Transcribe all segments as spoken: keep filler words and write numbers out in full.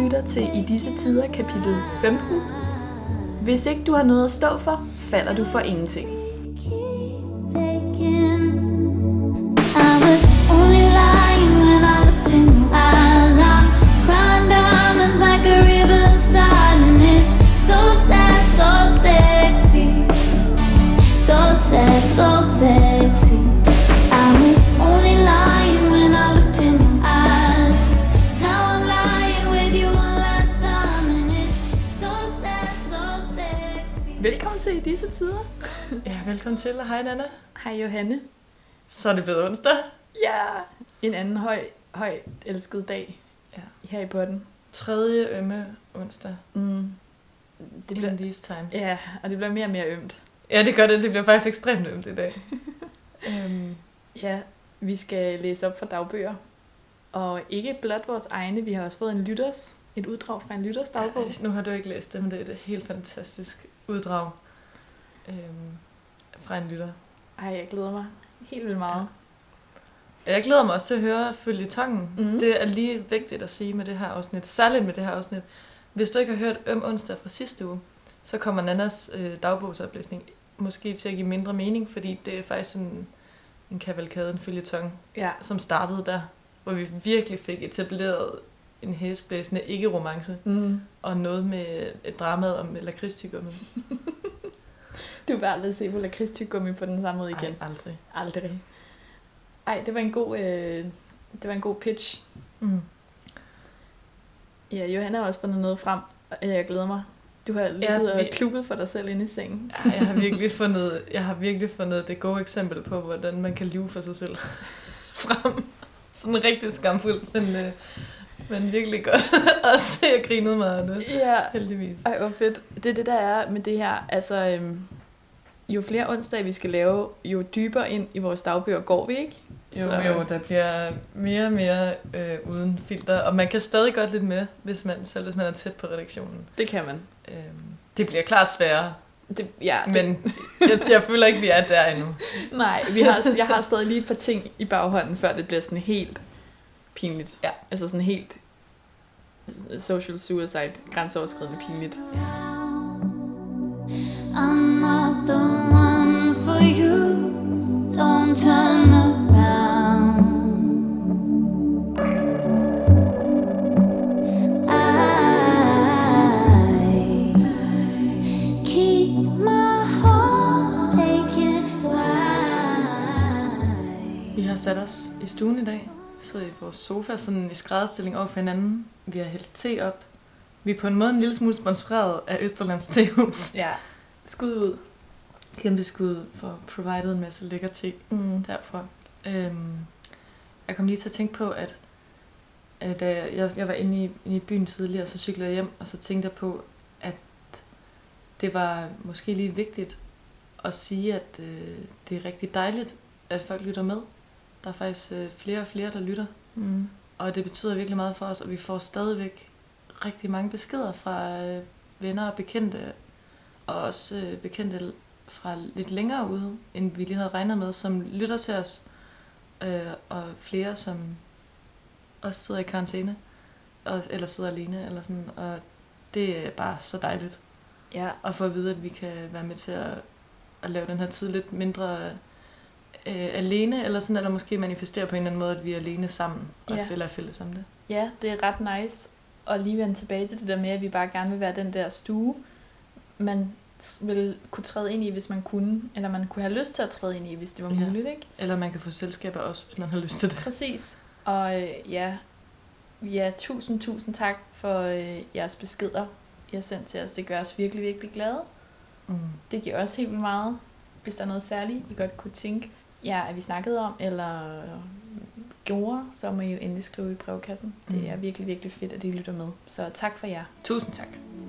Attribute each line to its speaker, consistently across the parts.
Speaker 1: lytter til I disse tider kapitel femten. Hvis ikke du har noget at stå for, falder du for ingenting.
Speaker 2: I was only lying when I looked in your eyes. I'm crying diamonds like a riverside, and it's so sad, so sexy, so sad, so sexy. I was only lying when I looked in your eyes. Now I'm lying with you one last time, and it's so sad, so sexy.
Speaker 1: Velkommen til I disse tider.
Speaker 3: Ja, velkommen til, og hej Nana.
Speaker 1: Hej Johanne.
Speaker 3: Så er det blevet onsdag.
Speaker 1: Ja, en anden høj, højt elsket dag
Speaker 3: Ja.
Speaker 1: her i potten.
Speaker 3: Tredje ømme onsdag.
Speaker 1: Mm. Det bliver,
Speaker 3: In these times.
Speaker 1: ja, og det bliver mere og mere ømt.
Speaker 3: Ja, det gør det. Det bliver faktisk ekstremt ømt i dag. um,
Speaker 1: Ja, vi skal læse op fra dagbøger. Og ikke blot vores egne, vi har også fået en lytters, et uddrag fra en lytters dagbog.
Speaker 3: ja, nu har du ikke læst det, men det er et helt fantastisk uddrag um, fra en lytter.
Speaker 1: Ej, jeg glæder mig helt vildt meget.
Speaker 3: Jeg glæder mig også til at høre føljetongen.
Speaker 1: Mhm.
Speaker 3: Det er lige vigtigt at sige med det her afsnit, særligt med det her afsnit. Hvis du ikke har hørt Øm onsdag fra sidste uge, så kommer Nannas øh, dagbogsoplæsning måske til at give mindre mening, fordi det er faktisk en, en kavalkade, en føljetong,
Speaker 1: Ja,
Speaker 3: som startede der, hvor vi virkelig fik etableret en hæsblæsende ikke-romance,
Speaker 1: mm.
Speaker 3: og noget med et drama om lakridstyggummi.
Speaker 1: Du vil aldrig se på lakridstyggummi på den samme måde igen.
Speaker 3: Ej, aldrig.
Speaker 1: Aldrig. Ej, det var en god, øh, det var en god pitch.
Speaker 3: Mm.
Speaker 1: Ja, Johanna har også fundet noget frem, og jeg glæder mig. Du har ligget
Speaker 3: Ja,
Speaker 1: og
Speaker 3: vi-
Speaker 1: klubbet for dig selv inde i sengen.
Speaker 3: Ej, jeg har virkelig fundet, jeg har virkelig fundet det gode eksempel på, hvordan man kan lyve for sig selv frem. Sådan rigtig skamfuldt, men, øh, men virkelig godt. Også jeg grinede meget af det,
Speaker 1: Ja,
Speaker 3: heldigvis.
Speaker 1: ej, hvor fedt. Det er det, der er med det her. Altså, øhm, jo flere onsdage vi skal lave, jo dybere ind i vores dagbøger går vi, ikke?
Speaker 3: Jo,
Speaker 1: Så-
Speaker 3: jo, der bliver mere og mere øh, uden filter, og man kan stadig godt lidt med, hvis man, selv hvis man er tæt på redaktionen.
Speaker 1: Det kan man.
Speaker 3: Øhm, det bliver klart sværere,
Speaker 1: Det, ja, det,
Speaker 3: men jeg, jeg føler ikke, vi er der endnu.
Speaker 1: nej, vi har, jeg har stadig lige et par ting i baghånden, før det bliver sådan helt pinligt.
Speaker 3: Ja.
Speaker 1: Altså sådan helt social suicide, grænseoverskridende pinligt.
Speaker 2: I'm not the one for you. Don't turn around. I keep my heart aching. Why?
Speaker 3: Vi har sat os i stuen i dag. Vi sidder i vores sofa sådan i skrædderstilling over for hinanden. Vi har hældt te op. Vi er på en måde en lille smule sponsoreret af Østerlands Tehus.
Speaker 1: Ja, skud ud.
Speaker 3: Kæmpe skud for provided en masse lækker te
Speaker 1: Mm.
Speaker 3: derfra. Øhm, jeg kom lige til at tænke på, at, at da jeg, jeg var inde i, inde i byen tidligere, og så cyklede jeg hjem, og så tænkte jeg på, at det var måske lige vigtigt at sige, at øh, det er rigtig dejligt, at folk lytter med. Der er faktisk øh, flere og flere, der lytter.
Speaker 1: Mm.
Speaker 3: Og det betyder virkelig meget for os, og vi får stadigvæk rigtig mange beskeder fra øh, venner og bekendte, og også øh, bekendte fra lidt længere ude, end vi lige havde regnet med, som lytter til os, øh, og flere, som også sidder i karantæne, og, eller sidder alene, eller sådan, og det er bare så dejligt
Speaker 1: Ja,
Speaker 3: at få at vide, at vi kan være med til at, at lave den her tid lidt mindre øh, alene, eller sådan, eller måske manifestere på en eller anden måde, at vi er alene sammen, og
Speaker 1: Ja.
Speaker 3: ja. er fælles om det.
Speaker 1: ja, det er ret nice at lige vende tilbage til det der med, at vi bare gerne vil være den der stue, man vil kunne træde ind i, hvis man kunne, eller man kunne have lyst til at træde ind i, hvis det var
Speaker 3: Ja.
Speaker 1: muligt, ikke?
Speaker 3: Eller man kan få selskaber også, hvis man har lyst til det.
Speaker 1: Præcis. Og øh, ja, ja, tusind, tusind tak for øh, jeres beskeder, I har sendt til os. Det gør os virkelig, virkelig glade.
Speaker 3: Mm.
Speaker 1: Det giver også helt vildt meget, hvis der er noget særligt, I godt kunne tænke, ja, at vi snakkede om, eller gjorde, så må I jo endelig skrive i brevkassen. Det
Speaker 3: Mm.
Speaker 1: er virkelig, virkelig fedt, at I lytter med. Så tak for jer.
Speaker 3: Tusind tak.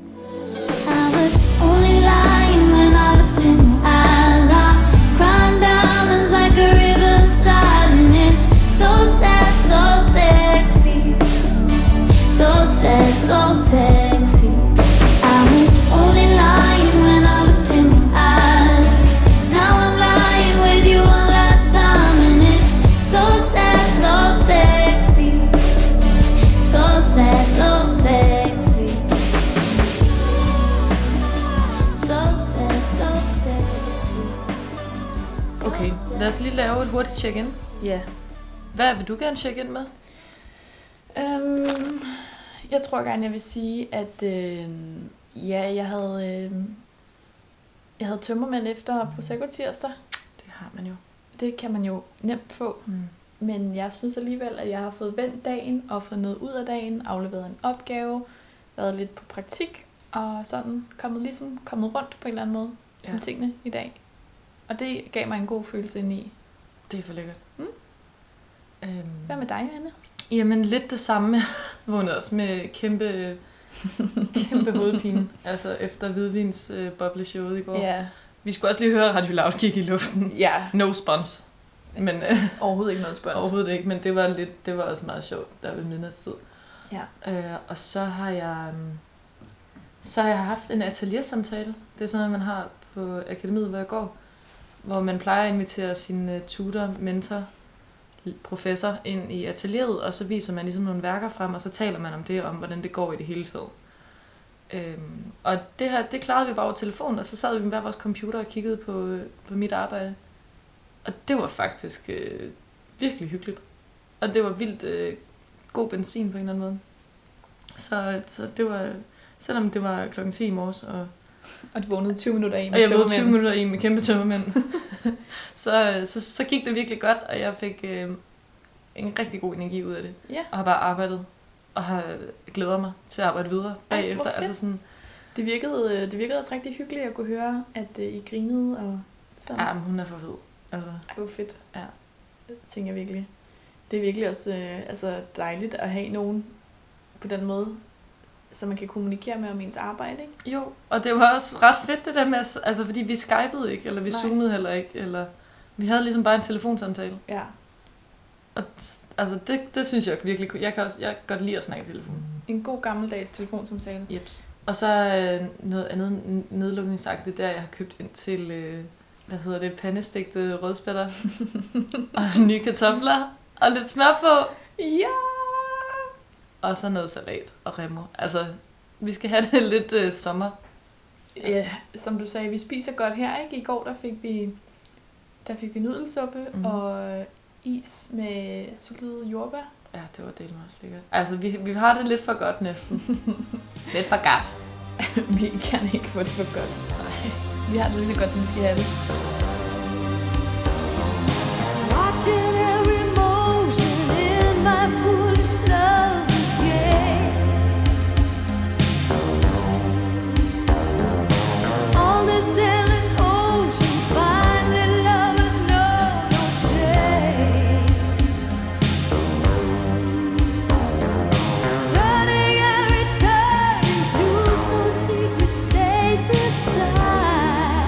Speaker 2: I was only lying when I looked in your eyes. I'm crying diamonds like a riverside, and it's so sad, so sexy, so sad, so sexy. I was only lying when I looked in your eyes. Now I'm lying with you one last time, and it's so sad, so sexy, so sad, so sexy.
Speaker 3: lige lave et hurtigt check-in.
Speaker 1: Ja.
Speaker 3: Hvad vil du gerne check-in med?
Speaker 1: Øhm, jeg tror gerne, jeg vil sige, at øh, ja, jeg havde, øh, jeg havde tømmermænd efter Prosecco tirsdag.
Speaker 3: Det har man jo.
Speaker 1: Det kan man jo nemt få.
Speaker 3: Mm.
Speaker 1: Men jeg synes alligevel, at jeg har fået vendt dagen og fået noget ud af dagen, afleveret en opgave, været lidt på praktik og sådan kommet, ligesom, kommet rundt på en eller anden måde ja. om tingene i dag. Og det gav mig en god følelse ind i.
Speaker 3: Det er for lækkert.
Speaker 1: Mm.
Speaker 3: Øhm.
Speaker 1: Hvad med dig, Anne?
Speaker 3: Jamen lidt det samme. Jeg vågnede også med kæmpe, kæmpe hovedpine. Altså efter hvidvins øh, bobleshowet i går.
Speaker 1: Ja.
Speaker 3: Vi skulle også lige høre Radio Loud gik i luften.
Speaker 1: Ja.
Speaker 3: No spons. Men, øh,
Speaker 1: overhovedet ikke noget spons.
Speaker 3: Overhovedet ikke, men det var, lidt, det var også meget sjovt der ved midnatstid.
Speaker 1: Ja.
Speaker 3: Øh, og så har jeg så har jeg haft en ateliersamtale. Det er sådan noget, man har på akademiet, hvor jeg går. Hvor man plejer at invitere sin uh, tutor, mentor, professor ind i atelieret, og så viser man ligesom nogle værker frem, og så taler man om det, om hvordan det går i det hele taget. Øhm, og det her, det klarede vi bare over telefonen, og så sad vi med hver vores computer og kiggede på, på mit arbejde. Og det var faktisk øh, virkelig hyggeligt. Og det var vildt øh, god benzin på en eller anden måde. Så, så det var, selvom det var klokken ti i morges, og
Speaker 1: Og du vågnede tyve minutter i med
Speaker 3: og jeg vågnede
Speaker 1: tømmermænd.
Speaker 3: tyve minutter i med kæmpe tømmermænd. så, så, så gik det virkelig godt, og jeg fik øh, en rigtig god energi ud af det.
Speaker 1: Ja.
Speaker 3: Og har bare arbejdet, og har glæder mig til at arbejde videre bagefter.
Speaker 1: Ej,
Speaker 3: altså sådan,
Speaker 1: det, virkede, det virkede også rigtig hyggeligt at kunne høre, at uh, I grinede. Og sådan.
Speaker 3: ja, men hun er for fed. Altså.
Speaker 1: Ej, hvor fedt.
Speaker 3: Ja.
Speaker 1: Det tænker jeg virkelig. Det er virkelig også øh, altså dejligt at have nogen på den måde, så man kan kommunikere med om ens arbejde, ikke?
Speaker 3: Jo, og det var også ret fedt det der med, altså fordi vi skypede ikke, eller vi
Speaker 1: Nej.
Speaker 3: zoomede heller ikke, eller vi havde ligesom bare en telefonsamtale.
Speaker 1: Ja.
Speaker 3: Og altså det, det synes jeg virkelig, jeg kan også, jeg kan godt lide at snakke i telefon.
Speaker 1: En god gammeldags telefonsamtale.
Speaker 3: Jeps. Og så øh, noget andet nedlukningsagtigt, der jeg har købt ind til, øh, hvad hedder det, pandestegte rødspætter, og nye kartofler, og lidt smør på.
Speaker 1: Ja!
Speaker 3: Og så noget salat og remo. Altså, vi skal have det lidt øh, sommer.
Speaker 1: Ja, som du sagde, vi spiser godt her, ikke? I går der fik vi, der fik vi nudelsuppe
Speaker 3: Mhm.
Speaker 1: og is med sultede jordbær.
Speaker 3: Ja, det var delt mig også lækkert. Altså, vi, vi har det lidt for godt næsten. lidt for godt.
Speaker 1: Vi kan ikke få det for godt. Nej. Vi har det lige så godt, som vi skal have det.
Speaker 2: Watching every motion in my foolish love's game. On this endless ocean, finally lovers know no shame. Turning every turn into some secret place inside.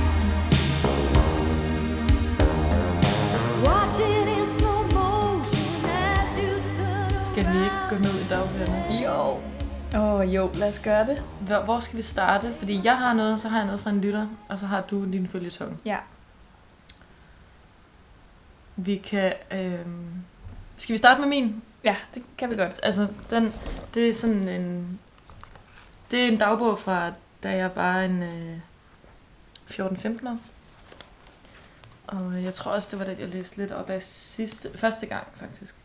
Speaker 2: Watching in slow motion as you turn
Speaker 3: Skal vi ikke gå ned i dagbladene?
Speaker 1: Jo. Åh oh, jo, lad os gøre det.
Speaker 3: Hvor, hvor skal vi starte? Fordi jeg har noget, så har jeg noget fra en lytter, og så har du din følgetong.
Speaker 1: Ja.
Speaker 3: Vi kan... Øh... Skal vi starte med min?
Speaker 1: Ja, det kan vi godt.
Speaker 3: Altså, den, det er sådan en... Det er en dagbog fra, da jeg var en øh, fjorten femten år. Og jeg tror også, det var det, jeg læste lidt op af sidste, første gang, faktisk.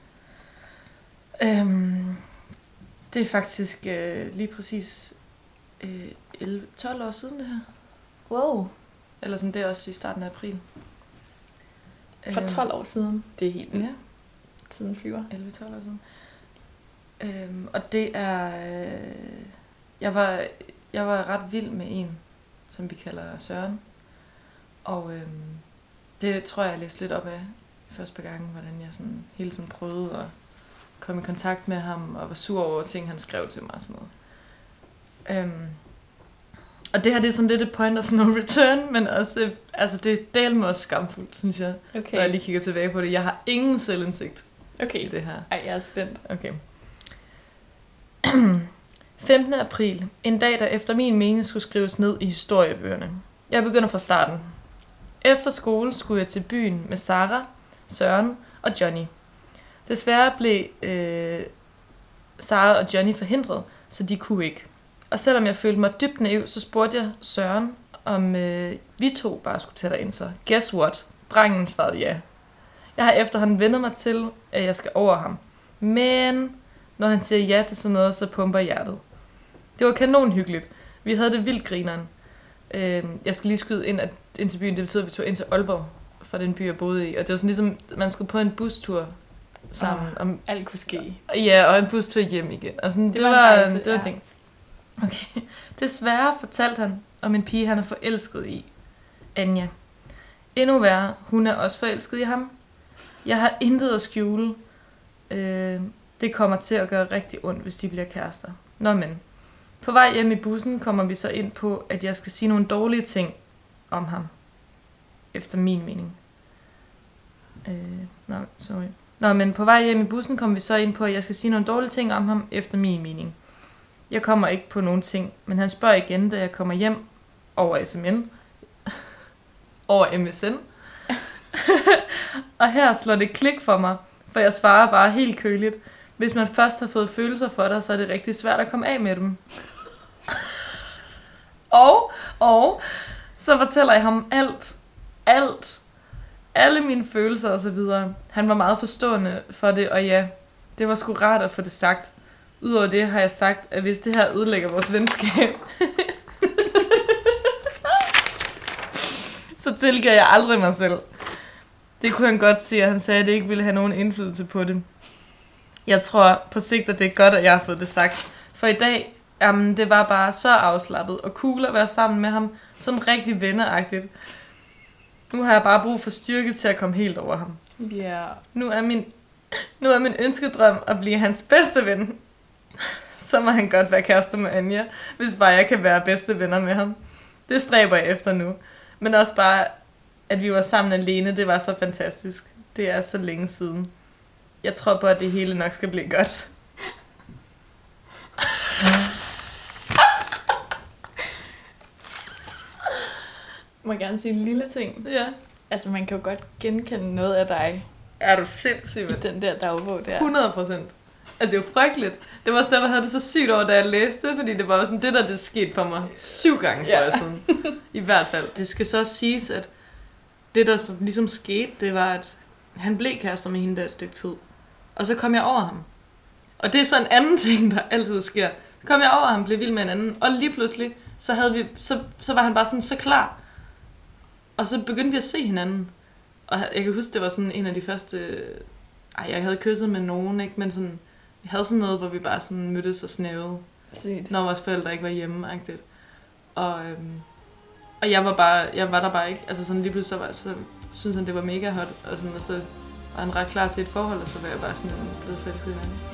Speaker 3: Øhm, det er faktisk øh, lige præcis øh, elleve tolv år siden, det her.
Speaker 1: Wow.
Speaker 3: Eller sådan, det er også i starten af april.
Speaker 1: For tolv år siden. Det er helt vildt.
Speaker 3: Ja.
Speaker 1: Tiden flyver.
Speaker 3: elleve tolv år siden. Øhm, og det er... Øh, jeg, var, jeg var ret vild med en, som vi kalder Søren. Og øhm, det tror jeg, jeg læste lidt op af første gang, hvordan jeg sådan hele tiden prøvede at komme i kontakt med ham, og var sur over ting, han skrev til mig og sådan noget. Øhm, og det her, det er sådan lidt et point of no return, men også, altså det er delt mig også skamfuldt, synes jeg,
Speaker 1: Okay.
Speaker 3: når jeg lige kigger tilbage på det. Jeg har ingen selvindsigt i
Speaker 1: Okay.
Speaker 3: det her.
Speaker 1: Ej, jeg er spændt.
Speaker 3: Okay. femtende april. En dag, der efter min mening skulle skrives ned i historiebøgerne. Jeg begynder fra starten. Efter skole skulle jeg til byen med Sara, Søren og Johnny. Desværre blev øh, Sara og Johnny forhindret, så de kunne ikke. Og selvom jeg følte mig dybt naiv, så spurgte jeg Søren, om øh, vi to bare skulle tage derind, så guess what? Drengen svarede ja. Jeg har efterhånden vendt mig til, at jeg skal over ham. Men når han siger ja til sådan noget, så pumper hjertet. Det var kanonhyggeligt. Vi havde det vildt grineren. Øh, jeg skal lige skyde ind, at ind til byen, det betyder, at vi tog ind til Aalborg, fra den by, jeg boede i. Og det var sådan ligesom, man skulle på en bustur sammen.
Speaker 1: Oh,
Speaker 3: om,
Speaker 1: alt kunne ske.
Speaker 3: Ja, og en bustur hjem igen. Og sådan, det, det var, var rejse, det var ja. ting. Okay. Desværre fortalte han om en pige, han er forelsket i. Anja. Endnu værre, hun er også forelsket i ham. Jeg har intet at skjule. Øh, det kommer til at gøre rigtig ondt, hvis de bliver kærester. Nå men. På vej hjem i bussen kommer vi så ind på, at jeg skal sige nogle dårlige ting om ham. Efter min mening. Øh, nå, sorry. Nå, men på vej hjem i bussen kommer vi så ind på, at jeg skal sige nogle dårlige ting om ham, efter min mening. Jeg kommer ikke på nogen ting, men han spørger igen, da jeg kommer hjem over S M N. over M S N. Og her slår det klik for mig, for jeg svarer bare helt køligt. Hvis man først har fået følelser for dig, så er det rigtig svært at komme af med dem. og, og, så fortæller jeg ham alt. Alt. Alle mine følelser og så videre. Han var meget forstående for det, og ja, det var sgu rart at få det sagt. Udover det har jeg sagt, at hvis det her ødelægger vores venskab, så tilgiver jeg aldrig mig selv. Det kunne han godt sige, at han sagde, at det ikke ville have nogen indflydelse på det. Jeg tror på sigt, at det er godt, at jeg har fået det sagt. For i dag, jamen, det var bare så afslappet og cool at være sammen med ham. Sådan rigtig venneagtigt. Nu har jeg bare brug for styrke til at komme helt over ham.
Speaker 1: Ja. Yeah.
Speaker 3: Nu er min, nu er min ønskedrøm at blive hans bedste ven. Så må han godt være kærester med Anja, hvis bare jeg kan være bedste venner med ham. Det stræber jeg efter nu. Men også bare, at vi var sammen alene, det var så fantastisk. Det er så længe siden. Jeg tror på, at det hele nok skal blive godt.
Speaker 1: Må jeg gerne sige en lille ting?
Speaker 3: Ja.
Speaker 1: Altså, man kan jo godt genkende noget af dig.
Speaker 3: Er du sindssygt?
Speaker 1: I den der dagbog der.
Speaker 3: hundrede procent. Altså, det er jo frygteligt. Det var også derfor, jeg havde det så sygt over, da jeg læste, fordi det var sådan, det der, det skete for mig syv gange, tror jeg sådan. I hvert fald. Det skal så siges, at det, der så ligesom skete, det var, at han blev kærester med hende der et stykke tid. Og så kom jeg over ham. Og det er så en anden ting, der altid sker. Så kom jeg over ham, blev vild med en anden, og lige pludselig, så, havde vi, så, så var han bare sådan så klar. Og så begyndte vi at se hinanden. Og jeg kan huske, det var sådan en af de første... Ej, jeg havde kysset med nogen, ikke? Men sådan, vi havde sådan noget, hvor vi bare sådan mødtes og snævede.
Speaker 1: Sygt.
Speaker 3: Når vores forældre ikke var hjemme-agtigt. Og, øhm, og jeg var bare, jeg var der bare ikke. Altså sådan lige pludselig så, var, så synes han, det var mega hot. Og, sådan, og så var han ret klar til et forhold, og så var jeg bare sådan blevet forelsket i hinanden.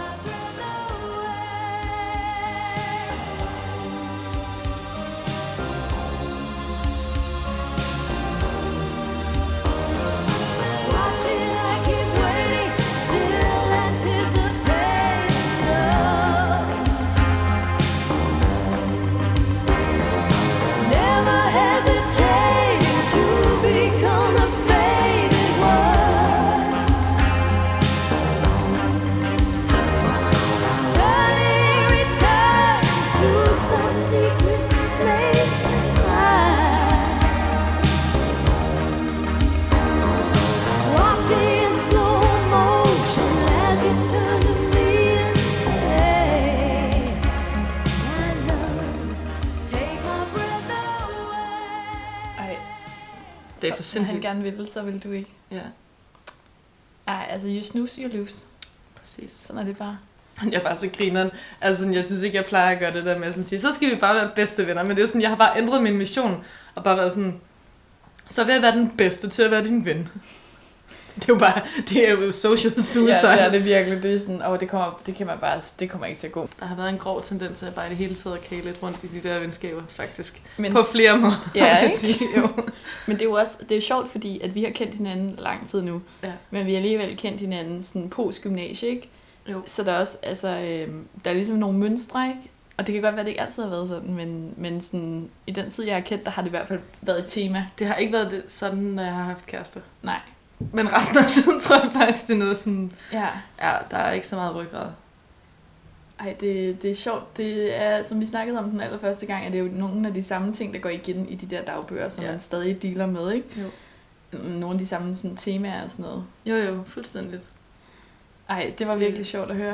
Speaker 3: Det er for sindssygt.
Speaker 1: Hvis han gerne ville, så vil du ikke.
Speaker 3: Ja.
Speaker 1: Ej, altså, you snooze, you lose.
Speaker 3: Præcis.
Speaker 1: Sådan er det bare.
Speaker 3: Jeg er bare så grineren. Altså, jeg synes ikke, jeg plejer at gøre det der med at sådan sige, så skal vi bare være bedste venner. Men det er sådan, jeg har bare ændret min mission. Og bare været sådan, så vil jeg være den bedste til at være din ven. Det er jo bare, det er jo social suicide.
Speaker 1: Ja, det er det virkelig. Det er sådan, åh, det kommer, det kan man bare, det kommer ikke til at gå.
Speaker 3: Der har været en grov tendens til at bare i det hele taget at kage lidt rundt i de der venskaber, faktisk.
Speaker 1: Men,
Speaker 3: på flere måder.
Speaker 1: Ja, ikke?
Speaker 3: Sige, jo.
Speaker 1: Men det er jo også, det er jo sjovt, fordi at vi har kendt hinanden lang tid nu.
Speaker 3: Ja.
Speaker 1: Men vi har alligevel kendt hinanden sådan post-gymnasie, ikke?
Speaker 3: Jo.
Speaker 1: Så der er også, altså, øh, der er ligesom nogle mønstre, ikke? Og det kan godt være, at det ikke altid har været sådan, men, men sådan, i den tid, jeg har kendt, der har det i hvert fald været et tema.
Speaker 3: Det har ikke været det, sådan, når jeg har haft kærester.
Speaker 1: Nej.
Speaker 3: Men resten af tiden tror jeg faktisk, det er noget sådan...
Speaker 1: Ja.
Speaker 3: Ja, der er ikke så meget ryggrad.
Speaker 1: Ej, det, det er sjovt. Det er, som vi snakkede om den allerførste gang, at det er jo nogle af de samme ting, der går igen i de der dagbøger, som ja. man stadig dealer med, ikke?
Speaker 3: Jo.
Speaker 1: nogle af de samme sådan, temaer og sådan noget.
Speaker 3: Jo, jo, fuldstændigt.
Speaker 1: Ej, det var virkelig sjovt at høre.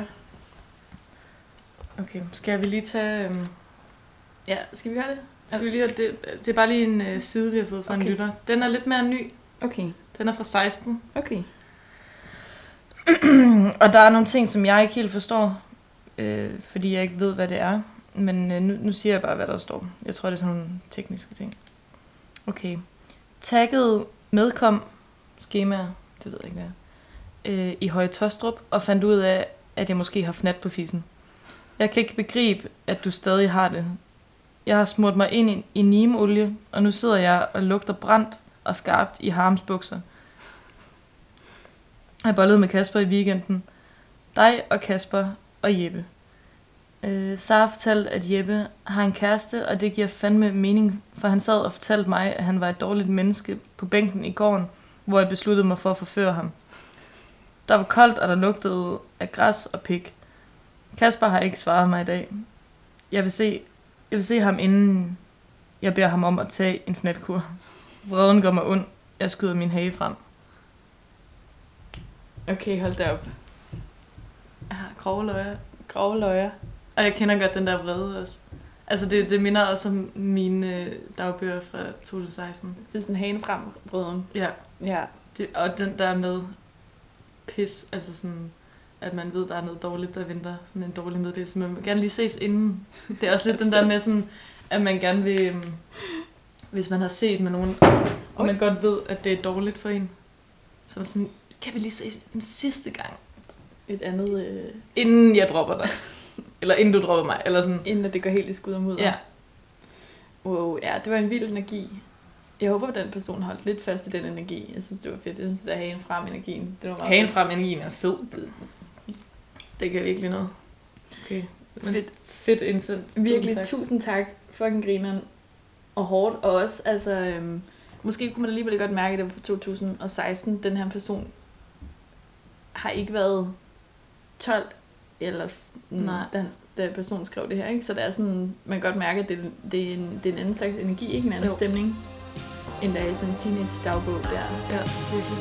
Speaker 3: Okay, skal vi lige tage... Øhm,
Speaker 1: Ja, skal vi gøre det?
Speaker 3: skal vi lige have det, det er bare lige en øh, side, vi har fået fra okay. en lytter. Den er lidt mere ny.
Speaker 1: Okay.
Speaker 3: Den er fra seksten.
Speaker 1: Okay.
Speaker 3: Og der er nogle ting, som jeg ikke helt forstår, øh, fordi jeg ikke ved, hvad det er. Men øh, nu, nu siger jeg bare, hvad der står. Jeg tror, det er sådan nogle tekniske ting. Okay. Tagget medkom skemaer, det ved jeg ikke hvad, øh, i Høje Tostrup, og fandt ud af, at jeg måske har fnat på fissen. Jeg kan ikke begribe, at du stadig har det. Jeg har smurt mig ind i, i nimeolie, og nu sidder jeg og lugter brændt og skarpt i harmsbukser. Jeg bollede med Kasper i weekenden. Dig og Kasper og Jeppe. Øh, Sara fortalte, at Jeppe har en kæreste, og det giver fandme mening, for han sad og fortalte mig, at han var et dårligt menneske på bænken i gården, hvor jeg besluttede mig for at forføre ham. Der var koldt, og der lugtede af græs og pik. Kasper har ikke svaret mig i dag. Jeg vil se, jeg vil se ham, inden jeg beder ham om at tage en fnatkur. Vreden går mig ond. Jeg skyder min hage frem.
Speaker 1: Okay, hold da op.
Speaker 3: Jeg har grove løjer.
Speaker 1: Grove løjer.
Speaker 3: Og jeg kender godt den der vrede også. Altså det, det minder også om mine øh, dagbøger fra to tusind og seksten.
Speaker 1: Det er sådan hagen frem, vreden.
Speaker 3: Ja.
Speaker 1: Ja.
Speaker 3: Det, og den der med pis, altså sådan, at man ved, der er noget dårligt, der venter. Sådan en dårlig meddelelse. Man vil gerne lige ses inden. Det er også lidt den der med sådan, at man gerne vil, um, hvis man har set med nogen, og man godt ved, at det er dårligt for en. Så sådan, kan vi lige ses en sidste gang?
Speaker 1: Et andet... Øh...
Speaker 3: Inden jeg dropper dig. Eller inden du dropper mig. Eller sådan.
Speaker 1: Inden at det går helt i skud og mudder.
Speaker 3: Ja.
Speaker 1: Wow, ja, det var en vild energi. Jeg håber, at den person holdt lidt fast i den energi. Jeg synes, det var fedt. Jeg synes, det er hagen frem energien. Det var meget
Speaker 3: hagen frem energien er fed. Det, det kan virkelig noget. Okay. Men
Speaker 1: fedt.
Speaker 3: Fedt indsendt.
Speaker 1: Virkelig, tusind tak. Tusind tak. Fucking grineren. Og hårdt. Og også, altså... Øhm, måske kunne man alligevel godt mærke, at det var fra to tusind og seksten. Den her person har ikke været tolv eller
Speaker 3: Nej.
Speaker 1: Da, han, da personen skrev det her, ikke? Så det er sådan, man kan godt mærke, at det, det, er, en, det er en anden slags energi, ikke en anden jo. Stemning, end der er sådan en teenage dagbog der.
Speaker 3: Ja, virkelig.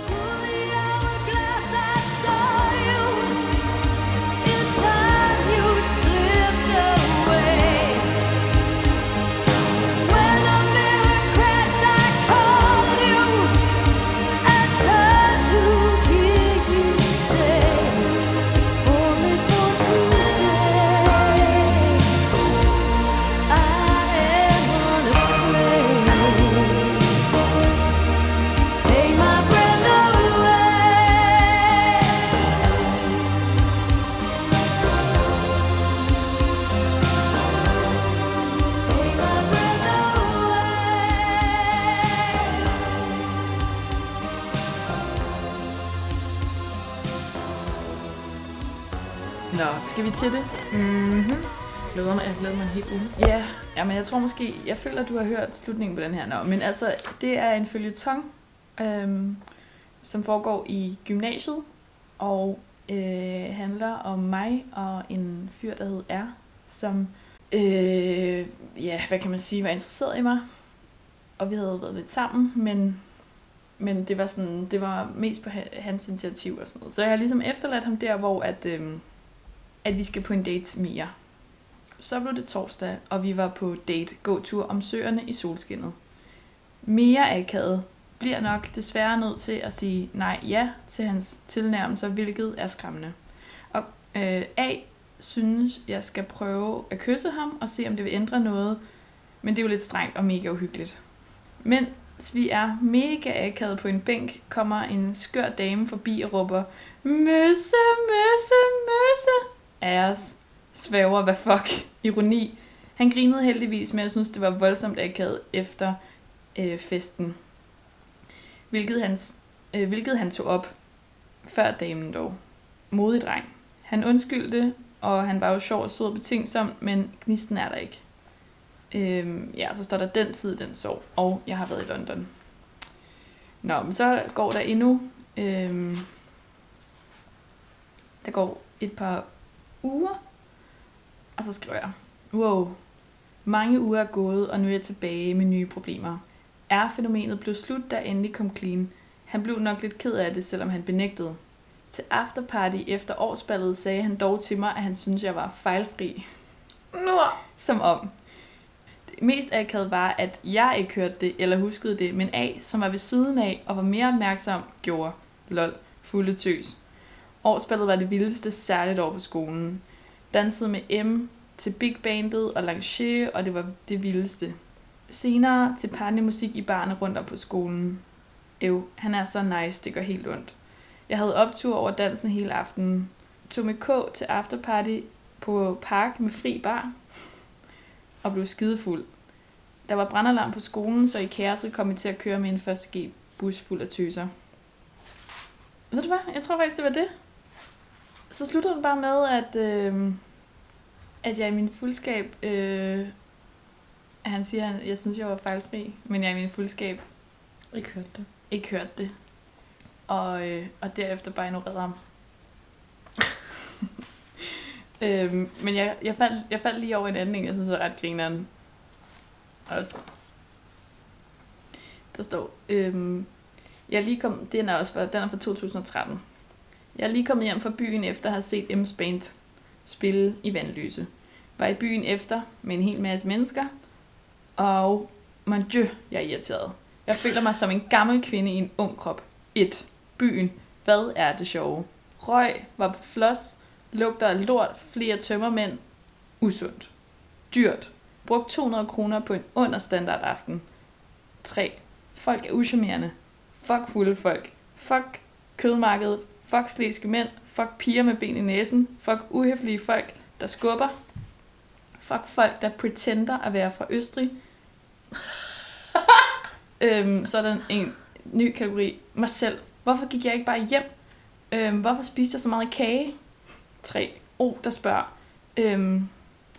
Speaker 1: Nå, skal vi til det?
Speaker 3: Mhm. Glæder mig, jeg glæder mig en hel uge.
Speaker 1: Ja, ja, men jeg tror måske, jeg føler, at du har hørt slutningen på den her. Nå, men altså, det er en føljeton, øhm, som foregår i gymnasiet, og øh, handler om mig og en fyr, der hed R, som, øh, ja, hvad kan man sige, var interesseret i mig. Og vi havde været lidt sammen, men, men det var sådan, det var mest på hans initiativ og sådan noget. Så jeg har ligesom efterladt ham der, hvor at, øh, at vi skal på en date mere. Så blev det torsdag, og vi var på date gåtur om søerne i solskinnet. Mere akavet bliver nok desværre nødt til at sige nej ja til hans tilnærmelser, hvilket er skræmmende. Og øh, A synes, jeg skal prøve at kysse ham og se, om det vil ændre noget, men det er jo lidt strengt og mega uhyggeligt. Mens vi er mega akavet på en bænk, kommer en skør dame forbi og råber møsse, møsse, møsse af os. Svæver, hvad fuck, ironi. Han grinede heldigvis, men jeg synes, det var voldsomt akavet efter øh, festen. Hvilket han, øh, hvilket han tog op før damen dog. Modig dreng. Han undskyldte, og han var jo sjov og sød og betingsom, men gnisten er der ikke. Øhm, ja, så står der den tid, den sov, og jeg har været i London. Nå, men så går der endnu. Øhm, der går et par uger, og så skriver jeg, wow, mange uger er gået, og nu er jeg tilbage med nye problemer. Er fænomenet blevet slut, der endelig kom clean? Han blev nok lidt ked af det, selvom han benægtede. Til afterparty efter årsballet sagde han dog til mig, at han syntes, jeg var fejlfri.
Speaker 3: Nå.
Speaker 1: Som om. Det mest akavet var, at jeg ikke hørte det eller huskede det, men A, som var ved siden af og var mere opmærksom, gjorde. Lol. Fulde tøs. Årsballet var det vildeste særligt år på skolen. Dansede med M til Big Bandet og Lanché, og det var det vildeste. Senere til partymusik i barne rundt om på skolen. Ev, han er så nice, det går helt ondt. Jeg havde optur over dansen hele aftenen. Tog med K til afterparty på park med fri bar og blev skidefuld. Der var brandalarm på skolen, så i kaoset kom jeg til at køre med en første G bus fuld af tøser. Ved du hvad? Jeg tror faktisk, det var det. Så sluttede den bare med, at, øh, at jeg i min fuldskab... Øh, han siger, at jeg synes, jeg var fejlfri, men jeg i min fuldskab
Speaker 3: Ikke hørte det.
Speaker 1: ikke hørte det. Og, øh, og derefter bare ignorerede ham. øhm, men jeg, jeg, faldt, jeg faldt lige over en anden, jeg synes er ret grineren. Også. Der står, øhm, jeg er lige kom, den er også fra, den er fra to tusind og tretten. Jeg er lige kommet hjem fra byen efter at have set M's Band spille i Vandløse. Var i byen efter med en hel masse mennesker, og mon dieu, jeg er irriteret. Jeg føler mig som en gammel kvinde i en ung krop. et. Byen. Hvad er det sjove? Røg var på floss, lugter af lort, flere tømmermænd. Usundt. Dyrt. Brugt to hundrede kroner på en understandard aften. tre. Folk er uschammerende. Fuck fulde folk. Fuck kødmarkedet. Fuck slæske mænd. Fuck piger med ben i næsen. Fuck uhøflige folk, der skubber. Fuck folk, der pretender at være fra Østrig. øhm, så er der en ny kategori. Mig selv. Hvorfor gik jeg ikke bare hjem? Øhm, hvorfor spiste jeg så meget kage? tre. O, der spørger. Øhm,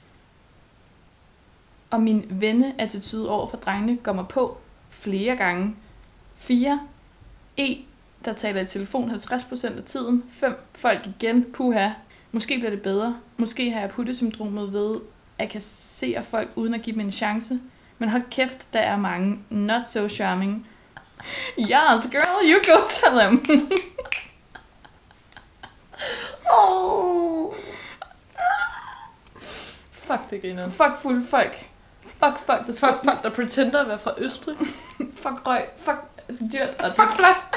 Speaker 1: og min venneattitude over for drengene går mig på flere gange. fire. E, der taler i telefon halvtreds procent af tiden. fem. Folk igen. Puha. Måske bliver det bedre. Måske har jeg puttesyndromet ved at kassere folk uden at give dem en chance. Men hold kæft, der er mange. Not so charming. Yes, girl, you go tell them.
Speaker 3: Oh. Fuck, det griner.
Speaker 1: Fuck fulde folk. Fuck folk, der
Speaker 3: Fuck folk, der pretender at være fra Østrig.
Speaker 1: Fuck røg. Fuck dyrt. Og
Speaker 3: Fuck plads.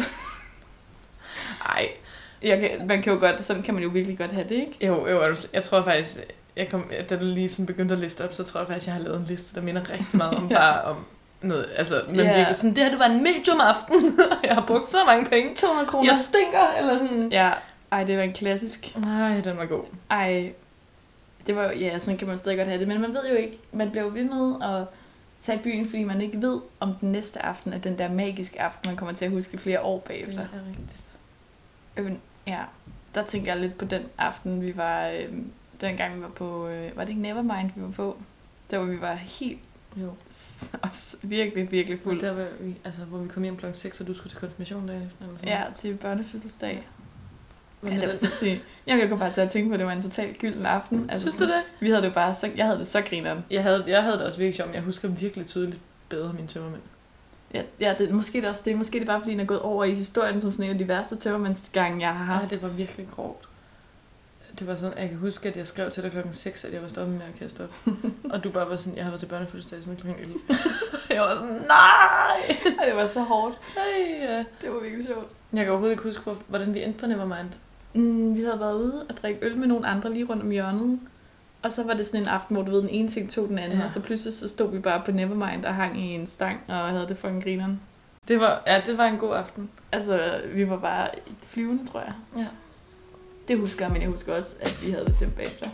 Speaker 1: Ej, jeg kan, man kan jo godt, sådan kan man jo virkelig godt have det, ikke?
Speaker 3: Jo, jo, altså, jeg tror faktisk, jeg kom, da du lige sådan begyndte at liste op, så tror jeg faktisk, jeg har lavet en liste, der minder rigtig meget om
Speaker 1: Ja.
Speaker 3: bare om noget, altså, men
Speaker 1: Ja.
Speaker 3: virkelig sådan, det her, det var en medium aften, og jeg har brugt så mange penge.
Speaker 1: to hundrede kroner.
Speaker 3: Jeg stinker, eller sådan.
Speaker 1: Ja, ej, det var en klassisk.
Speaker 3: Nej, den var god.
Speaker 1: Ej, det var jo, ja, sådan kan man stadig godt have det, men man ved jo ikke, man bliver jo ved med at tage i byen, fordi man ikke ved, om den næste aften er den der magiske aften, man kommer til at huske flere år bagefter.
Speaker 3: Det er rigtigt.
Speaker 1: Øh, ja, der tænker jeg lidt på den aften, vi var, øh, dengang vi var på, øh, var det ikke Nevermind, vi var på? Der hvor vi var helt,
Speaker 3: Jo.
Speaker 1: også virkelig, virkelig
Speaker 3: Fuld.
Speaker 1: fuld.
Speaker 3: Der var vi, altså, hvor vi kom hjem klokken seks, og du skulle til konfirmation dagen efter, eller sådan.
Speaker 1: Ja, til børnefødselsdag.
Speaker 3: Men
Speaker 1: Ja, det var så at sige. Jamen, jeg kunne bare til at tænke på, at det var en totalt gylden aften. Altså,
Speaker 3: Synes du det?
Speaker 1: Vi havde det jo bare så, jeg havde det så grineren.
Speaker 3: Jeg havde, jeg havde det også virkelig sjovt, men jeg husker virkelig tydeligt bedre mine tømmermænd.
Speaker 1: Ja, ja det, måske det også det. Måske det er bare, fordi den er gået over i historien som sådan en af de værste tømmermandsgange, jeg har
Speaker 3: Nej,
Speaker 1: haft.
Speaker 3: det var virkelig grovt. Det var sådan, jeg kan huske, at jeg skrev til dig klokken seks, at jeg var stoppet med at kaste op. Og du bare var sådan, jeg har været til børnefødselsdag siden klokken elleve. Jeg var sådan, nej!
Speaker 1: Ej, det var så hårdt.
Speaker 3: Ej, ja.
Speaker 1: Det var virkelig sjovt.
Speaker 3: Jeg kan overhovedet ikke huske, hvor, hvordan vi endte på Nevermind.
Speaker 1: Mm, vi havde været ude og drikke øl med nogle andre lige rundt om hjørnet. Og så var det sådan en aften, hvor du ved, den ene ting tog den anden.
Speaker 3: Ja.
Speaker 1: Og så pludselig så stod vi bare på Nevermind og hang i en stang og havde det fucking grineren.
Speaker 3: Det var, ja, det var en god aften.
Speaker 1: Altså, vi var bare flyvende, tror jeg.
Speaker 3: Ja.
Speaker 1: Det husker jeg, men jeg husker også, at vi havde det stemt bagefter.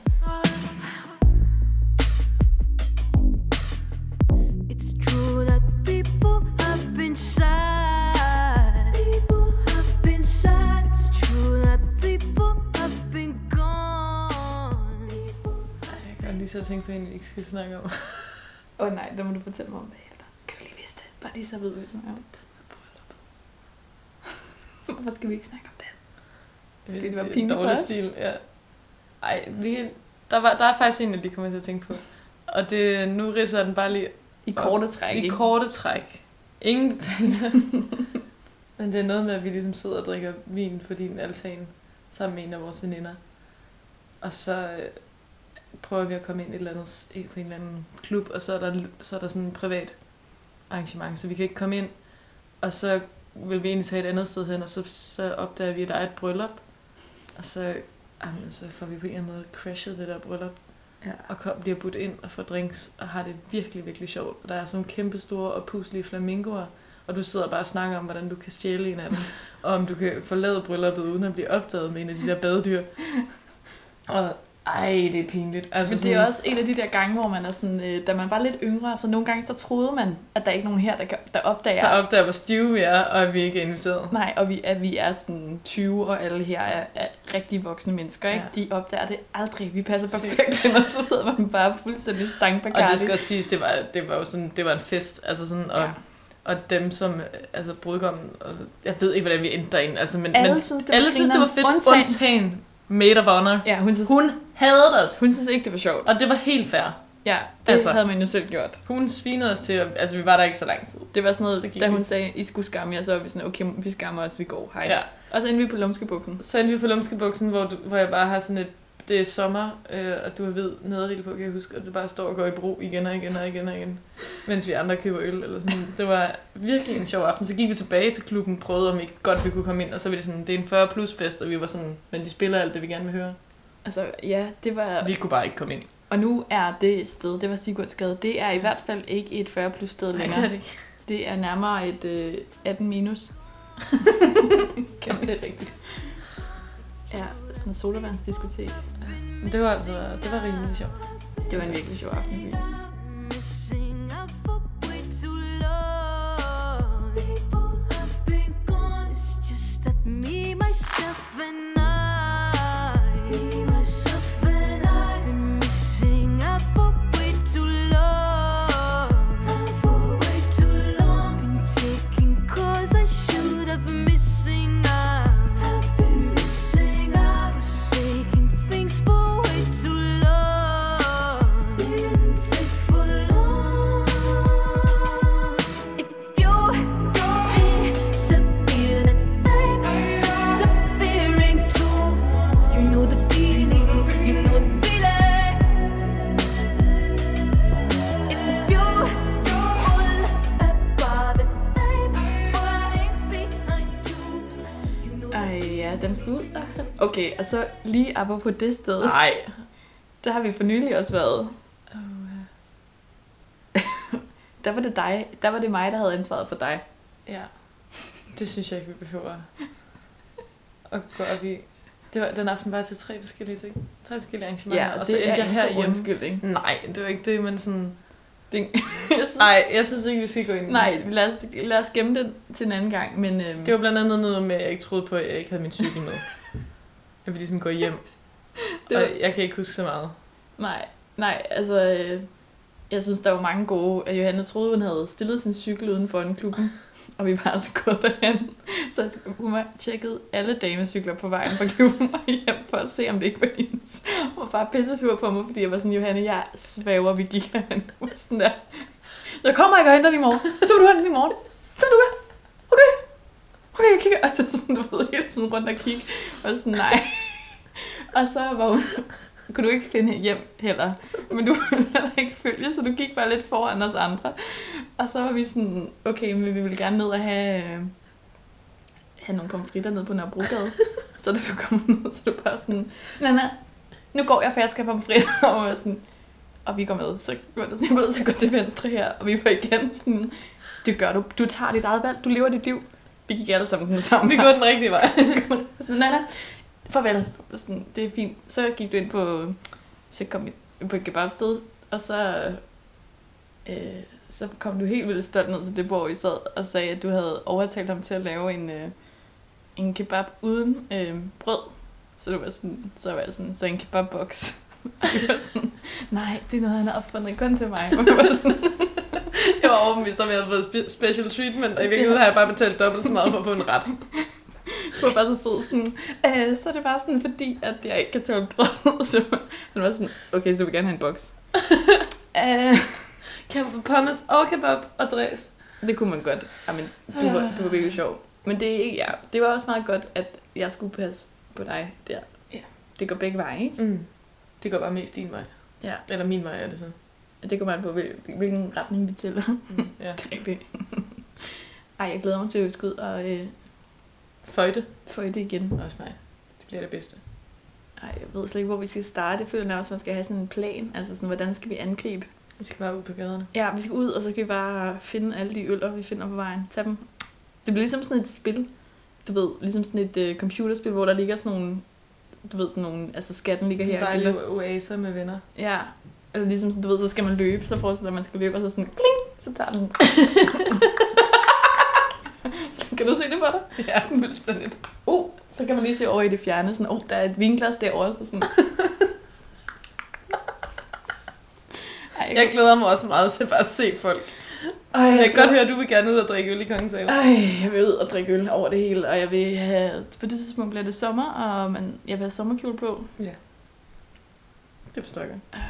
Speaker 2: It's true that people have been sad. People have been sad. It's true that people have been gone.
Speaker 3: Ej, jeg kan godt lige så at tænke på en, vi ikke skal snakke om.
Speaker 1: Åh oh, nej, det må du fortælle mig om bagefter. Kan du lige vidste det? Bare lige så ved, hvad vi snakker om. Hvorfor skal vi ikke snakke om det? Fordi det var
Speaker 3: er
Speaker 1: pinligt for
Speaker 3: dårlig
Speaker 1: os.
Speaker 3: stil, ja. Ej, vi, der, var, der er faktisk en, jeg lige kommer til at tænke på. Og det, nu ridser jeg den bare lige
Speaker 1: I korte træk,
Speaker 3: I
Speaker 1: ikke?
Speaker 3: korte træk. Ingen detaljer. Men det er noget med, at vi ligesom sidder og drikker vin på din altan sammen med en af vores veninder. Og så øh, prøver vi at komme ind et eller andet, på en eller anden klub, og så er der, så er der sådan en privat arrangement, så vi kan ikke komme ind. Og så vil vi egentlig tage et andet sted hen, og så, så opdager vi, at der er et bryllup. Og så, jamen, så får vi på en eller anden måde crashet det der bryllup. Ja. Og kom, bliver budt ind og får drinks, og har det virkelig, virkelig sjovt. Og der er sådan nogle kæmpe store og puslige flamingoer, og du sidder bare og snakker om, hvordan du kan stjæle en af dem, og om du kan forlade brylluppet uden at blive opdaget med en af de der badedyr. Og ej, det er pinligt. Altså,
Speaker 1: men det er også en af de der gange, hvor man er sådan, øh, da man var lidt yngre, så nogle gange så troede man, at der er ikke nogen her, der, der opdager.
Speaker 3: Der opdager, hvor stive vi er, og at vi ikke er inviteret.
Speaker 1: Nej, og vi, at vi er sådan tyve, og alle her er, er rigtig voksne mennesker, ikke? Ja. De opdager det aldrig. Vi passer perfekt ind, og så sidder man bare fuldstændig stangbacardi.
Speaker 3: Og det skal også siges, det var, det var jo sådan, det var en fest, altså sådan, og, ja. Og dem som, altså brudgommen, og jeg ved ikke, hvordan vi endte derinde, altså, men
Speaker 1: alle,
Speaker 3: men,
Speaker 1: synes, det,
Speaker 3: alle synes, det var fedt, undtagen, undtagen maid of honor.
Speaker 1: Ja, hun, synes,
Speaker 3: hun hadede os.
Speaker 1: Hun synes ikke, det var sjovt.
Speaker 3: Og det var helt fair.
Speaker 1: Ja, det altså, havde man jo selv gjort.
Speaker 3: Hun svinede os til, altså vi var der ikke så lang tid.
Speaker 1: Det var sådan noget, da hun vi. sagde, I skulle skamme jer, så var vi sådan, okay, vi skammer os, vi går, hej. Ja. Og så endte vi på lumskebuksen.
Speaker 3: Så endte vi på lumskebuksen, hvor, du, hvor jeg bare har sådan et, det er sommer, øh, og du har hvid nederdel på, kan jeg huske, og det bare står og går i bro igen og igen og igen og igen, mens vi andre køber øl, eller sådan. Det var virkelig en sjov aften. Så gik vi tilbage til klubben, prøvede om ikke godt vi kunne komme ind, og så var det sådan, det er en fyrre plus fest, og vi var sådan, men de spiller alt det, vi gerne vil høre.
Speaker 1: Altså, ja, det var...
Speaker 3: Vi kunne bare ikke komme ind.
Speaker 1: Og nu er det sted, det var Sigurdsgade, det er i hvert fald ikke et fyrre plus sted længere.
Speaker 3: Nej, det er det ikke.
Speaker 1: Det er nærmere et øh, atten minus.
Speaker 3: Kan det er rigtigt.
Speaker 1: Ja, sådan en sodavandsdiskotek. Ja.
Speaker 3: Men det var altså, det var rimelig sjovt.
Speaker 1: Det var en virkelig sjov aften i byen. Okay, og så lige apropos det sted.
Speaker 3: Nej.
Speaker 1: Der har vi for nylig også været.
Speaker 3: Oh,
Speaker 1: ja. der var det dig. Der var det mig, der havde ansvaret for dig.
Speaker 3: Ja. Det synes jeg ikke, vi behøver at gå op i. Det var den aften bare til tre forskellige ting. Tre forskellige arrangementer.
Speaker 1: Ja, og,
Speaker 3: og så endte jeg herhjemme.
Speaker 1: Undskyldning.
Speaker 3: Nej, det var ikke det, men sådan... Nej, jeg synes ikke, vi skal gå ind.
Speaker 1: Nej, lad os, lad os gemme den til en anden gang. Men, øhm...
Speaker 3: det var blandt andet noget med, at jeg ikke troede på, at jeg ikke havde min cykel med. Jeg ville ligesom gå hjem. Det var... Og jeg kan ikke huske så meget.
Speaker 1: Nej, nej, altså... Øh, jeg synes, der var mange gode... At Johanne troede, hun havde stillet sin cykel uden for en klubben. Og vi var altså gået derhen. Så hun var tjekket alle damecykler på vejen fra klubben og hjem for at se, om det ikke var hendes. Hun var bare pissesur på mig, fordi jeg var sådan, Johanne, jeg svæver, vi gik herhen. Hun var sådan der, jeg kommer ikke og henter den i morgen. Så vil du hente den i morgen. Så vil du gøre. Okay. Okay, jeg kigger. Og så sådan, du ved, hele tiden rundt og kigge. Og sådan, nej. Og så var hun, kunne du ikke finde hjem heller. Men du ville heller ikke følge, så du gik bare lidt foran os andre. Og så var vi sådan, okay, men vi ville gerne ned og have, have nogle pomfritter nede på Nørrebrogade. Så da du kommer ned, så er du bare sådan, Nana, nu går jeg, for jeg skal have pomfritter. Og var sådan, og vi går med. Så går du simpelthen til at gå til venstre her. Og vi var igen sådan, det gør du. Du tager dit eget valg. Du lever dit liv. Vi gik alle sammen den samme.
Speaker 3: Vi går den rigtige vej.
Speaker 1: Sådan, Nana, farvel. Sådan, det er fint. Så gik du ind på, så kom vi på et kebabsted, og så, øh, så kom du helt vildt stolt ned til det bord, I sad og sagde, at du havde overtalt ham til at lave en, øh, en kebab uden øh, brød. Så du var sådan, så var jeg sådan, så en kebabboks. Og jeg var sådan, nej, det er noget, han har opfundet kun til mig. Og jeg var sådan,
Speaker 3: jeg var overbevist om, at jeg havde fået special treatment, og i virkeligheden har jeg bare betalt dobbelt så meget for at få en ret.
Speaker 1: Du var bare så sød sådan, øh, så er det bare sådan, fordi at jeg ikke kan tåle brød. Så han var sådan, okay, så du vil gerne have en boks. øh,
Speaker 3: kan man få pommes og kebab og dræs?
Speaker 1: Det kunne man godt. Jamen, du var, du var virkelig sjov. Men det er ikke, ja, det var også meget godt, at jeg skulle passe på dig der.
Speaker 3: Ja.
Speaker 1: Det går begge veje, ikke?
Speaker 3: Mm. Det går bare mest din vej.
Speaker 1: Ja.
Speaker 3: Eller min vej er det så.
Speaker 1: Det kommer an på, hvil- hvilken retning vi tæller.
Speaker 3: Mm. Ja.
Speaker 1: Det. Ej, jeg glæder mig til, at vi skal ud og øh,
Speaker 3: Føjte.
Speaker 1: få det igen.
Speaker 3: Også mig. Det bliver det bedste.
Speaker 1: Ej, jeg ved slet ikke, hvor vi skal starte. Jeg føler også, at man skal have sådan en plan. Altså sådan, hvordan skal vi angribe?
Speaker 3: Vi skal bare ud på gaderne.
Speaker 1: Ja, vi skal ud, og så kan vi bare finde alle de øller, vi finder på vejen. Tag dem. Det bliver ligesom sådan et spil. Du ved, ligesom sådan et uh, computerspil, hvor der ligger sådan nogle, du ved, sådan nogle, altså skatten ligger
Speaker 3: Sådan
Speaker 1: her.
Speaker 3: dejlige oaser med venner.
Speaker 1: Ja, eller ligesom sådan, du ved, så skal man løbe, så forestiller man, at man skal løbe, og så sådan, kling, så tager den. Så kan du se det for dig?
Speaker 3: Ja, sådan fuldstændigt.
Speaker 1: Uh, så kan man lige se over i det fjerne, sådan, oh, der er et vinglas derovre, så sådan. Ej, jeg,
Speaker 3: Jeg glæder mig også meget til bare at se folk.
Speaker 1: Ej,
Speaker 3: Jeg kan
Speaker 1: glæder-
Speaker 3: godt høre, at du vil gerne ud og drikke øl i Kongens Have.
Speaker 1: Ej, jeg vil ud og drikke øl over det hele, og jeg vil have, på det tidspunkt bliver det sommer, og man, jeg vil have sommerkjole på.
Speaker 3: Ja. Det forstår jeg godt.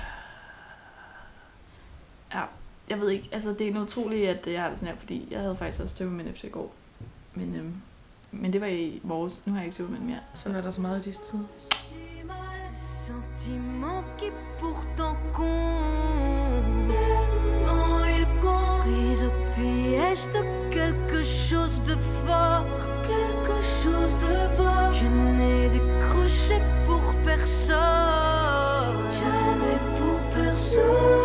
Speaker 1: Ja, jeg ved ikke, altså det er noget utroligt, at jeg har det sådan her, fordi jeg havde faktisk også tømmermænd efter i går. Men, øhm, men det var i vores, nu har jeg ikke tømmermænd mere.
Speaker 3: Sådan er der så meget i disse tider.
Speaker 2: Sentiment qui pourtant compte. Tellement il compte. Prise au piège de quelque chose de fort. Quelque chose de fort. Je n'ai décroché pour personne. Jamais pour personne.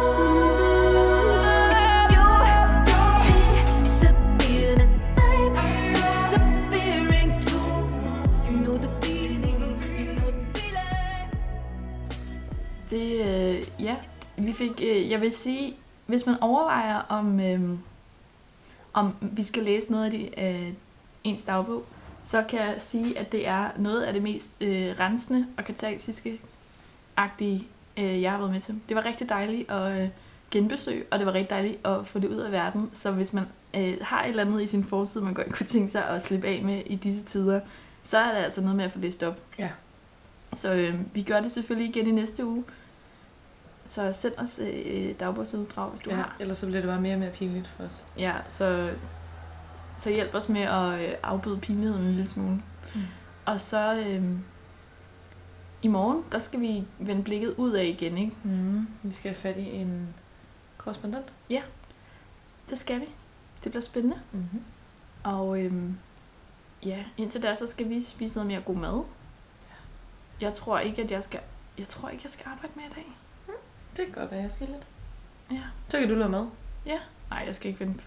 Speaker 2: You disappeared and I'm disappearing too. You know the feeling, you know the feeling.
Speaker 1: Det, øh, ja, vi fik, øh, jeg vil sige, hvis man overvejer, om, øh, om vi skal læse noget af de, øh, ens dagbog, så kan jeg sige, at det er noget af det mest øh, rensende og katarsiske agtige, øh, jeg har været med til. Det var rigtig dejligt at øh, genbesøge, og det var rigtig dejligt at få det ud af verden. Så hvis man øh, har et eller andet i sin fortid, man godt kunne tænke sig at slippe af med i disse tider, så er det altså noget med at få læst op.
Speaker 3: Ja.
Speaker 1: Så øh, vi gør det selvfølgelig igen i næste uge. Så send os øh, dagbogsuddrag, hvis du
Speaker 3: Ja,
Speaker 1: har.
Speaker 3: ellers så bliver det bare mere og mere pinligt for os.
Speaker 1: Ja, så, så hjælp os med at øh, afbøde pinligheden en lille smule.
Speaker 3: Mm.
Speaker 1: Og så øh, i morgen, der skal vi vende blikket ud af igen, ikke?
Speaker 3: Mm. Vi skal have fat i en korrespondent.
Speaker 1: Det skal vi. Det bliver spændende.
Speaker 3: Mm-hmm.
Speaker 1: Og øhm, ja, indtil da, så skal vi spise noget mere god mad. Jeg tror ikke, at jeg skal... Jeg tror ikke, jeg skal arbejde mere i dag.
Speaker 3: Det kan godt være, jeg skal lidt.
Speaker 1: Ja.
Speaker 3: Så kan du lave mad.
Speaker 1: Nej, jeg skal ikke finde...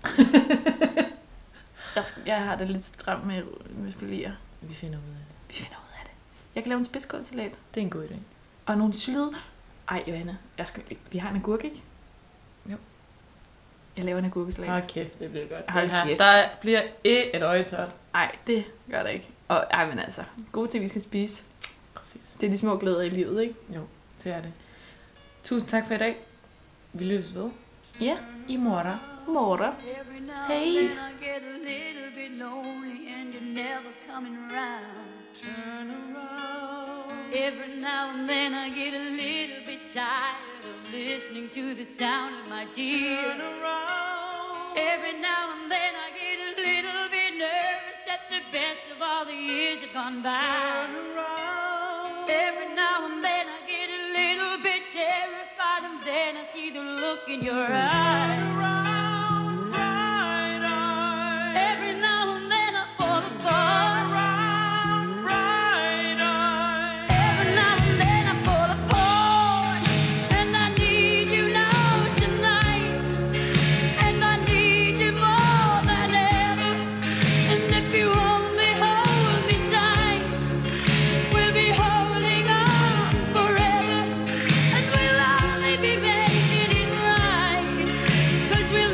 Speaker 1: jeg, skal, jeg har det lidt stramt med, med filier.
Speaker 3: Vi finder ud af det.
Speaker 1: Vi finder ud af det. Jeg kan lave en spidskålsalat.
Speaker 3: Det er en god idé.
Speaker 1: Og nogle sylede... Ej, Johanna, jeg skal... vi har en agurk, ikke?
Speaker 3: Jo.
Speaker 1: Jeg laver en agurkesalat.
Speaker 3: Hold kæft, det bliver godt.
Speaker 1: Hold
Speaker 3: Det her,
Speaker 1: kæft.
Speaker 3: der bliver et øje tørt.
Speaker 1: Nej, det gør der ikke. Og ej, men altså, gode ting, vi skal spise.
Speaker 3: Præcis.
Speaker 1: Det er de små glæder i livet, ikke?
Speaker 3: Jo, det er det. Tusind tak for i dag. Vi lyttes ved.
Speaker 1: Ja,
Speaker 3: I morgen.
Speaker 1: morgen.
Speaker 2: Every now
Speaker 1: Hey.
Speaker 2: and then I get a little bit lonely and you're never coming around. Turn around. Every now and then I get a little bit tired of listening to the sound of my tears. Turn around. Every now and then I get a little bit nervous that the best of all the years have gone by. Turn around. Every now and then I get a little bit terrified and then I see the look in your eyes. Cause we'll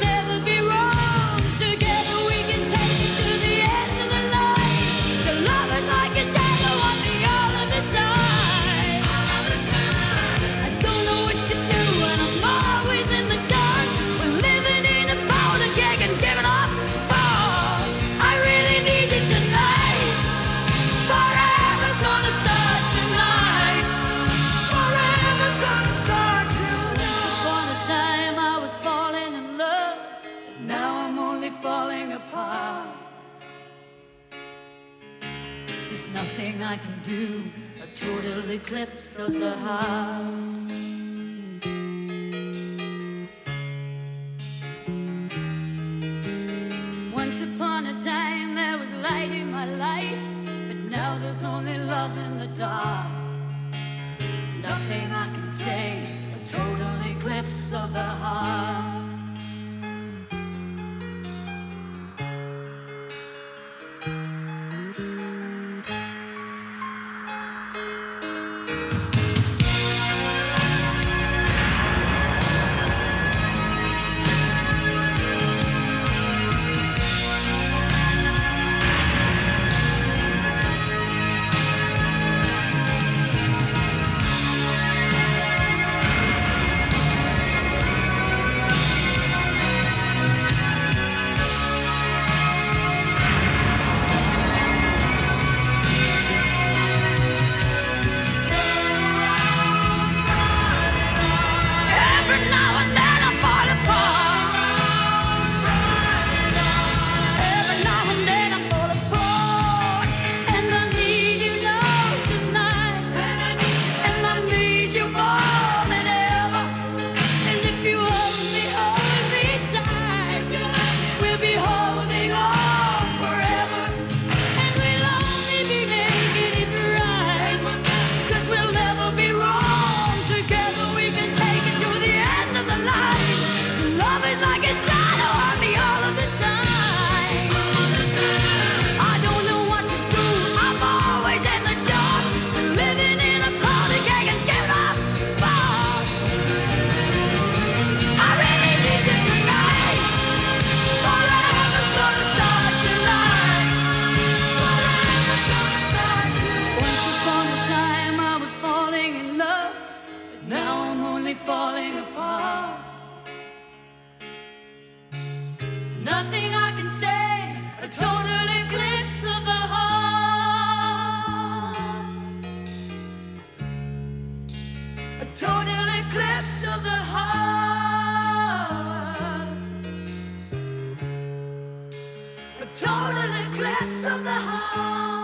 Speaker 2: nothing I can do, a total eclipse of the heart. Once upon a time there was light in my life, but now there's only love in the dark. Nothing I can say, a total eclipse of the heart. Falling apart. Nothing I can say, a total eclipse of the heart. A total eclipse of the heart. A total eclipse of the heart.